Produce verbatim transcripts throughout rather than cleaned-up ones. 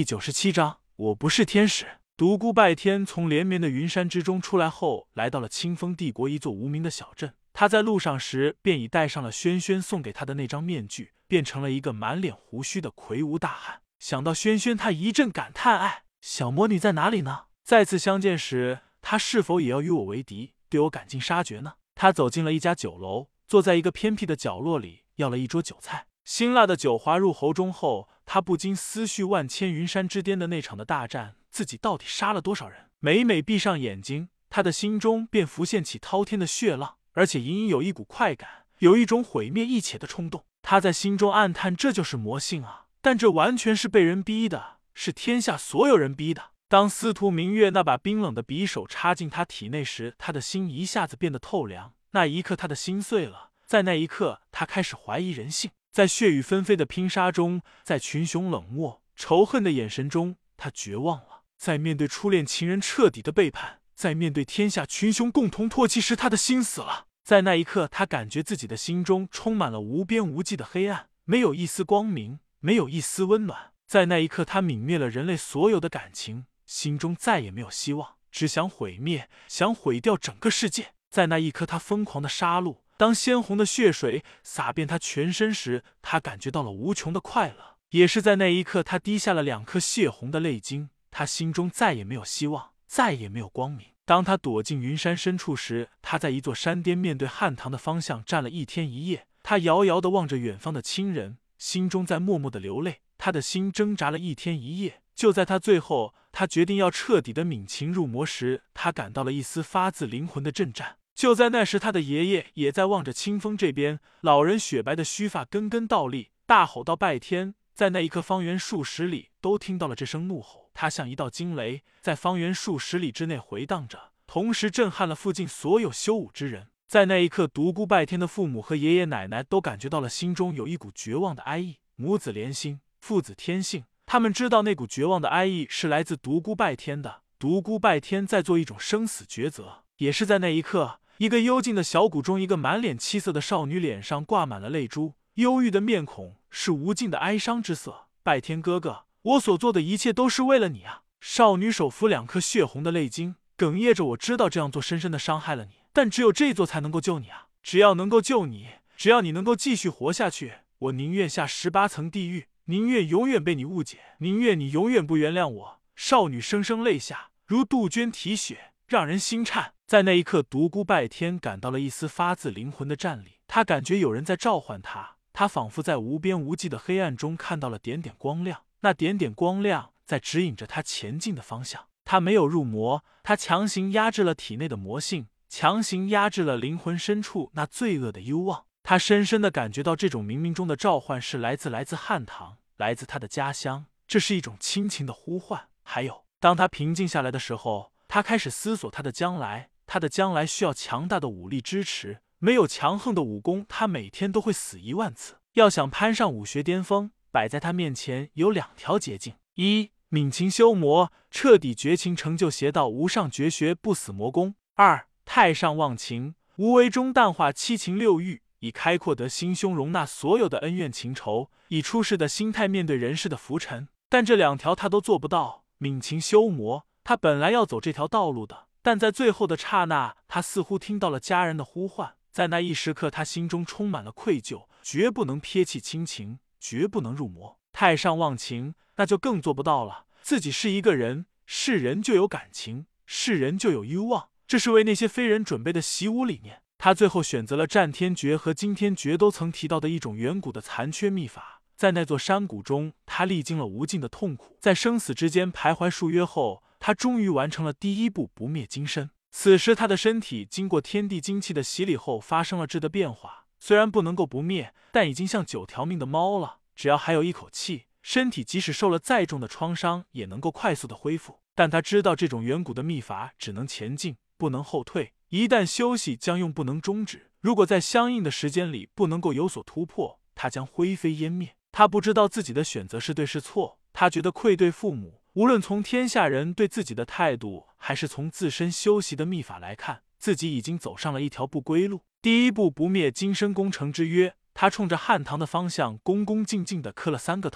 第九十七章，我不是天使。独孤拜天从连绵的云山之中出来后，来到了清风帝国一座无名的小镇。他在路上时便已戴上了轩轩送给他的那张面具，变成了一个满脸胡须的魁梧大汉。想到轩轩，他一阵感叹：哎，小魔女在哪里呢？再次相见时，他是否也要与我为敌，对我赶尽杀绝呢？他走进了一家酒楼，坐在一个偏僻的角落里，要了一桌酒菜。辛辣的酒滑入喉中后，他不禁思绪万千。云山之巅的那场的大战，自己到底杀了多少人？每每闭上眼睛，他的心中便浮现起滔天的血浪，而且隐隐有一股快感，有一种毁灭一切的冲动。他在心中暗叹，这就是魔性啊！但这完全是被人逼的，是天下所有人逼的。当司徒明月那把冰冷的匕首插进他体内时，他的心一下子变得透凉。那一刻，他的心碎了。在那一刻，他开始怀疑人性。在血雨纷飞的拼杀中，在群雄冷漠仇恨的眼神中，他绝望了。在面对初恋情人彻底的背叛，在面对天下群雄共同唾弃时，他的心死了。在那一刻，他感觉自己的心中充满了无边无际的黑暗，没有一丝光明，没有一丝温暖。在那一刻，他泯灭了人类所有的感情，心中再也没有希望，只想毁灭，想毁掉整个世界。在那一刻，他疯狂的杀戮。当鲜红的血水洒遍他全身时，他感觉到了无穷的快乐。也是在那一刻，他滴下了两颗血红的泪晶。他心中再也没有希望，再也没有光明。当他躲进云山深处时，他在一座山巅面对汉唐的方向站了一天一夜。他遥遥地望着远方的亲人，心中在默默地流泪。他的心挣扎了一天一夜。就在他最后，他决定要彻底的泯情入魔时，他感到了一丝发自灵魂的震颤。就在那时，他的爷爷也在望着清风这边，老人雪白的须发根根倒立，大吼道：拜天！在那一刻，方圆数十里都听到了这声怒吼，它像一道惊雷，在方圆数十里之内回荡着，同时震撼了附近所有修武之人。在那一刻，独孤拜天的父母和爷爷奶奶都感觉到了心中有一股绝望的哀意。母子连心，父子天性，他们知道那股绝望的哀意是来自独孤拜天的。独孤拜天在做一种生死抉择。也是在那一刻，一个幽静的小谷中，一个满脸凄色的少女脸上挂满了泪珠，忧郁的面孔是无尽的哀伤之色。拜天哥哥，我所做的一切都是为了你啊！少女手扶两颗血红的泪晶，哽咽着，我知道这样做深深的伤害了你，但只有这座才能够救你啊！只要能够救你，只要你能够继续活下去，我宁愿下十八层地狱，宁愿永远被你误解，宁愿你永远不原谅我。少女声声泪下，如杜鹃啼血，让人心颤。在那一刻，独孤拜天感到了一丝发自灵魂的战栗，他感觉有人在召唤他，他仿佛在无边无际的黑暗中看到了点点光亮，那点点光亮在指引着他前进的方向。他没有入魔，他强行压制了体内的魔性，强行压制了灵魂深处那罪恶的幽望。他深深地感觉到这种冥冥中的召唤是来自来自汉唐，来自他的家乡，这是一种亲情的呼唤。还有，当他平静下来的时候，他开始思索他的将来。他的将来需要强大的武力支持，没有强横的武功，他每天都会死一万次。要想攀上武学巅峰，摆在他面前有两条捷径：一、泯情修魔，彻底绝情，成就邪道无上绝学不死魔功；二、太上忘情，无为中淡化七情六欲，以开阔得心胸，容纳所有的恩怨情仇，以出世的心态面对人世的浮沉。但这两条他都做不到。泯情修魔，他本来要走这条道路的，但在最后的刹那，他似乎听到了家人的呼唤。在那一时刻，他心中充满了愧疚，绝不能撇弃亲情，绝不能入魔。太上忘情，那就更做不到了。自己是一个人，是人就有感情，是人就有欲望，这是为那些非人准备的习武理念。他最后选择了战天诀和惊天诀都曾提到的一种远古的残缺秘法。在那座山谷中，他历经了无尽的痛苦，在生死之间徘徊数月后，他终于完成了第一步不灭金身。此时他的身体经过天地精气的洗礼后发生了质的变化，虽然不能够不灭，但已经像九条命的猫了。只要还有一口气，身体即使受了再重的创伤也能够快速的恢复。但他知道这种远古的秘法只能前进，不能后退，一旦休息将用不能终止。如果在相应的时间里不能够有所突破，他将灰飞烟灭。他不知道自己的选择是对是错，他觉得愧对父母。无论从天下人对自己的态度，还是从自身修习的秘法来看，自己已经走上了一条不归路。第一步不灭金身功成之约，他冲着汉唐的方向恭恭敬敬地磕了三个头。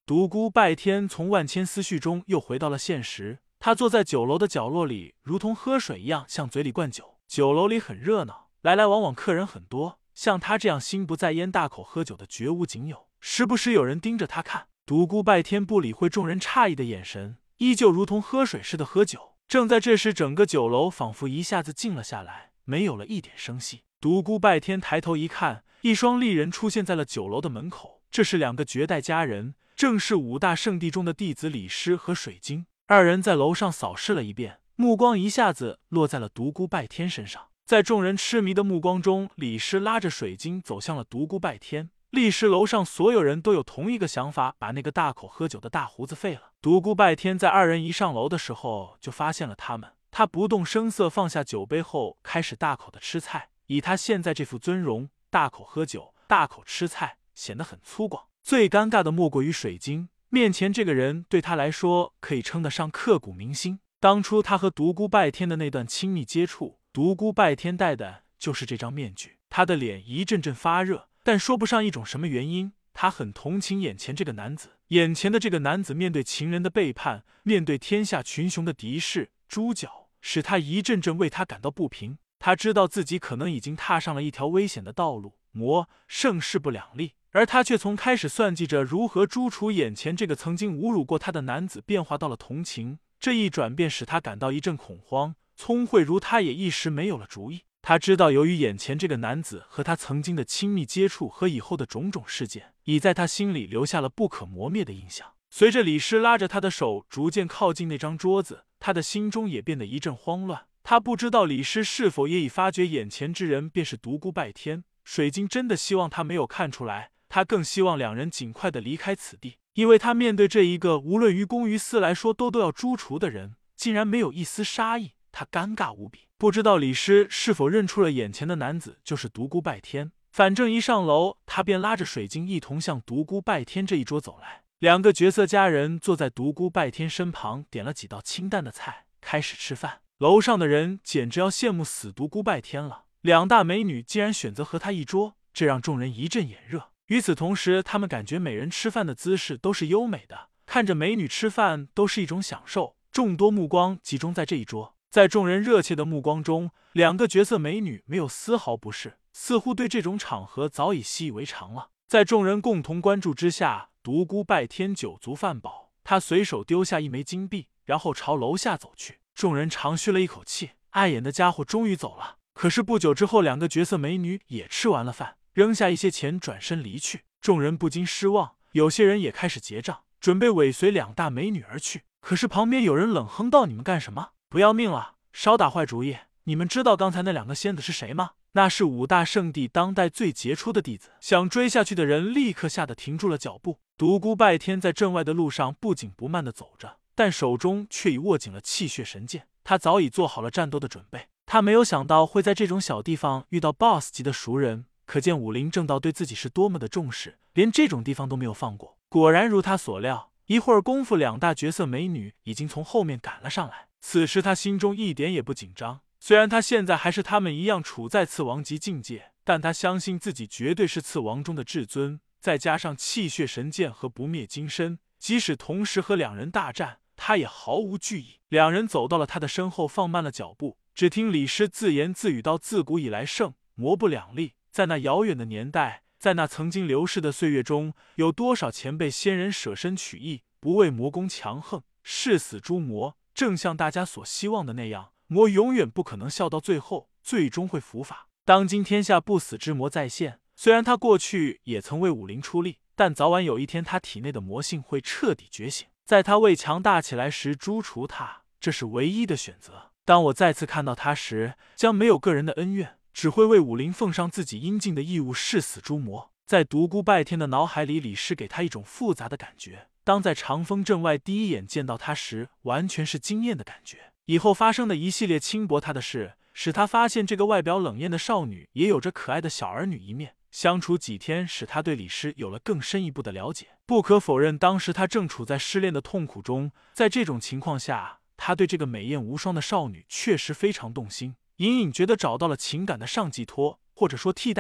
独孤拜天从万千思绪中又回到了现实，他坐在酒楼的角落里，如同喝水一样向嘴里灌酒。酒楼里很热闹，来来往往客人很多，像他这样心不在焉大口喝酒的绝无仅有，时不时有人盯着他看。独孤拜天不理会众人诧异的眼神，依旧如同喝水似的喝酒。正在这时，整个酒楼仿佛一下子静了下来，没有了一点声息。独孤拜天抬头一看，一双丽人出现在了酒楼的门口，这是两个绝代佳人，正是五大圣地中的弟子李师和水晶。二人在楼上扫视了一遍，目光一下子落在了独孤拜天身上。在众人痴迷的目光中，李师拉着水晶走向了独孤拜天。历史楼上所有人都有同一个想法，把那个大口喝酒的大胡子废了。独孤拜天在二人一上楼的时候就发现了他们，他不动声色放下酒杯后，开始大口的吃菜。以他现在这副尊容，大口喝酒，大口吃菜，显得很粗犷。最尴尬的莫过于水晶，面前这个人对他来说可以称得上刻骨铭心。当初他和独孤拜天的那段亲密接触，独孤拜天戴的就是这张面具。他的脸一阵阵发热，但说不上一种什么原因，他很同情眼前这个男子。眼前的这个男子面对情人的背叛，面对天下群雄的敌视、猪脚，使他一阵阵为他感到不平。他知道自己可能已经踏上了一条危险的道路，魔圣势不两立，而他却从开始算计着如何诛除眼前这个曾经侮辱过他的男子，变化到了同情。这一转变使他感到一阵恐慌，聪慧如他也一时没有了主意。他知道，由于眼前这个男子和他曾经的亲密接触和以后的种种事件，已在他心里留下了不可磨灭的印象。随着李师拉着他的手逐渐靠近那张桌子，他的心中也变得一阵慌乱。他不知道李师是否也已发觉眼前之人便是独孤拜天。水晶真的希望他没有看出来，他更希望两人尽快的离开此地，因为他面对这一个无论于公于私来说都都要诛除的人，竟然没有一丝杀意，他尴尬无比。不知道李师是否认出了眼前的男子就是独孤拜天，反正一上楼，他便拉着水晶一同向独孤拜天这一桌走来。两个绝色佳人坐在独孤拜天身旁，点了几道清淡的菜，开始吃饭。楼上的人简直要羡慕死独孤拜天了，两大美女竟然选择和他一桌，这让众人一阵眼热。与此同时，他们感觉每人吃饭的姿势都是优美的，看着美女吃饭都是一种享受。众多目光集中在这一桌，在众人热切的目光中，两个绝色美女没有丝毫不适，似乎对这种场合早已习以为常了。在众人共同关注之下，独孤拜天酒足饭饱，他随手丢下一枚金币，然后朝楼下走去。众人长吁了一口气，碍眼的家伙终于走了。可是不久之后，两个绝色美女也吃完了饭，扔下一些钱转身离去。众人不禁失望，有些人也开始结账，准备尾随两大美女而去。可是旁边有人冷哼道：“你们干什么？不要命了？少打坏主意！你们知道刚才那两个仙子是谁吗？那是五大圣地当代最杰出的弟子。”想追下去的人立刻吓得停住了脚步。独孤拜天在镇外的路上不紧不慢地走着，但手中却已握紧了气血神剑。他早已做好了战斗的准备。他没有想到会在这种小地方遇到 boss 级的熟人，可见武林正道对自己是多么的重视，连这种地方都没有放过。果然如他所料，一会儿功夫，两大绝色美女已经从后面赶了上来。此时他心中一点也不紧张，虽然他现在还是他们一样处在次王级境界，但他相信自己绝对是次王中的至尊，再加上气血神剑和不灭金身，即使同时和两人大战，他也毫无惧意。两人走到了他的身后，放慢了脚步。只听李师自言自语道：“自古以来圣魔不两立，在那遥远的年代，在那曾经流逝的岁月中，有多少前辈仙人舍身取义，不为魔功强横，誓死诛魔。正像大家所希望的那样，魔永远不可能笑到最后，最终会伏法。当今天下不死之魔再现，虽然他过去也曾为武林出力，但早晚有一天他体内的魔性会彻底觉醒，在他未强大起来时诛除他，这是唯一的选择。当我再次看到他时，将没有个人的恩怨，只会为武林奉上自己应尽的义务，誓死诛魔。”在独孤拜天的脑海里，李师给他一种复杂的感觉。当在长风镇外第一眼见到他时，完全是惊艳的感觉。以后发生的一系列轻薄他的事，使他发现这个外表冷艳的少女也有着可爱的小儿女一面。相处几天，使他对李师有了更深一步的了解。不可否认，当时他正处在失恋的痛苦中，在这种情况下，他对这个美艳无双的少女确实非常动心，隐隐觉得找到了情感的上寄托，或者说替代品。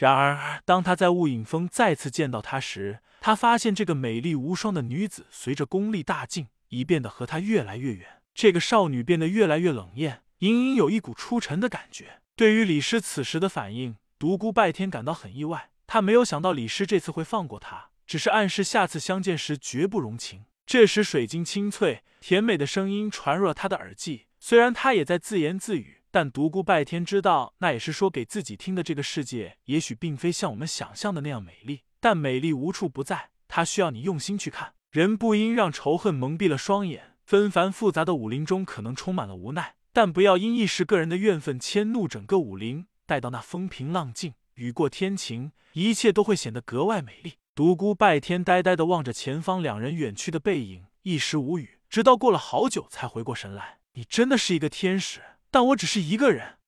然而，当他在雾隐峰再次见到她时，他发现这个美丽无双的女子随着功力大进，已变得和他越来越远。这个少女变得越来越冷艳，隐隐有一股出尘的感觉。对于李师此时的反应，独孤拜天感到很意外。他没有想到李师这次会放过他，只是暗示下次相见时绝不容情。这时，水晶清脆甜美的声音传入了他的耳际。虽然他也在自言自语，但独孤拜天知道，那也是说给自己听的。这个世界也许并非像我们想象的那样美丽，但美丽无处不在，它需要你用心去看。人不应让仇恨蒙蔽了双眼。纷繁复杂的武林中可能充满了无奈，但不要因一时个人的怨愤迁怒整个武林。待到那风平浪静，雨过天晴，一切都会显得格外美丽。独孤拜天呆呆地望着前方两人远去的背影，一时无语，直到过了好久才回过神来。你真的是一个天使，但我只是一个人。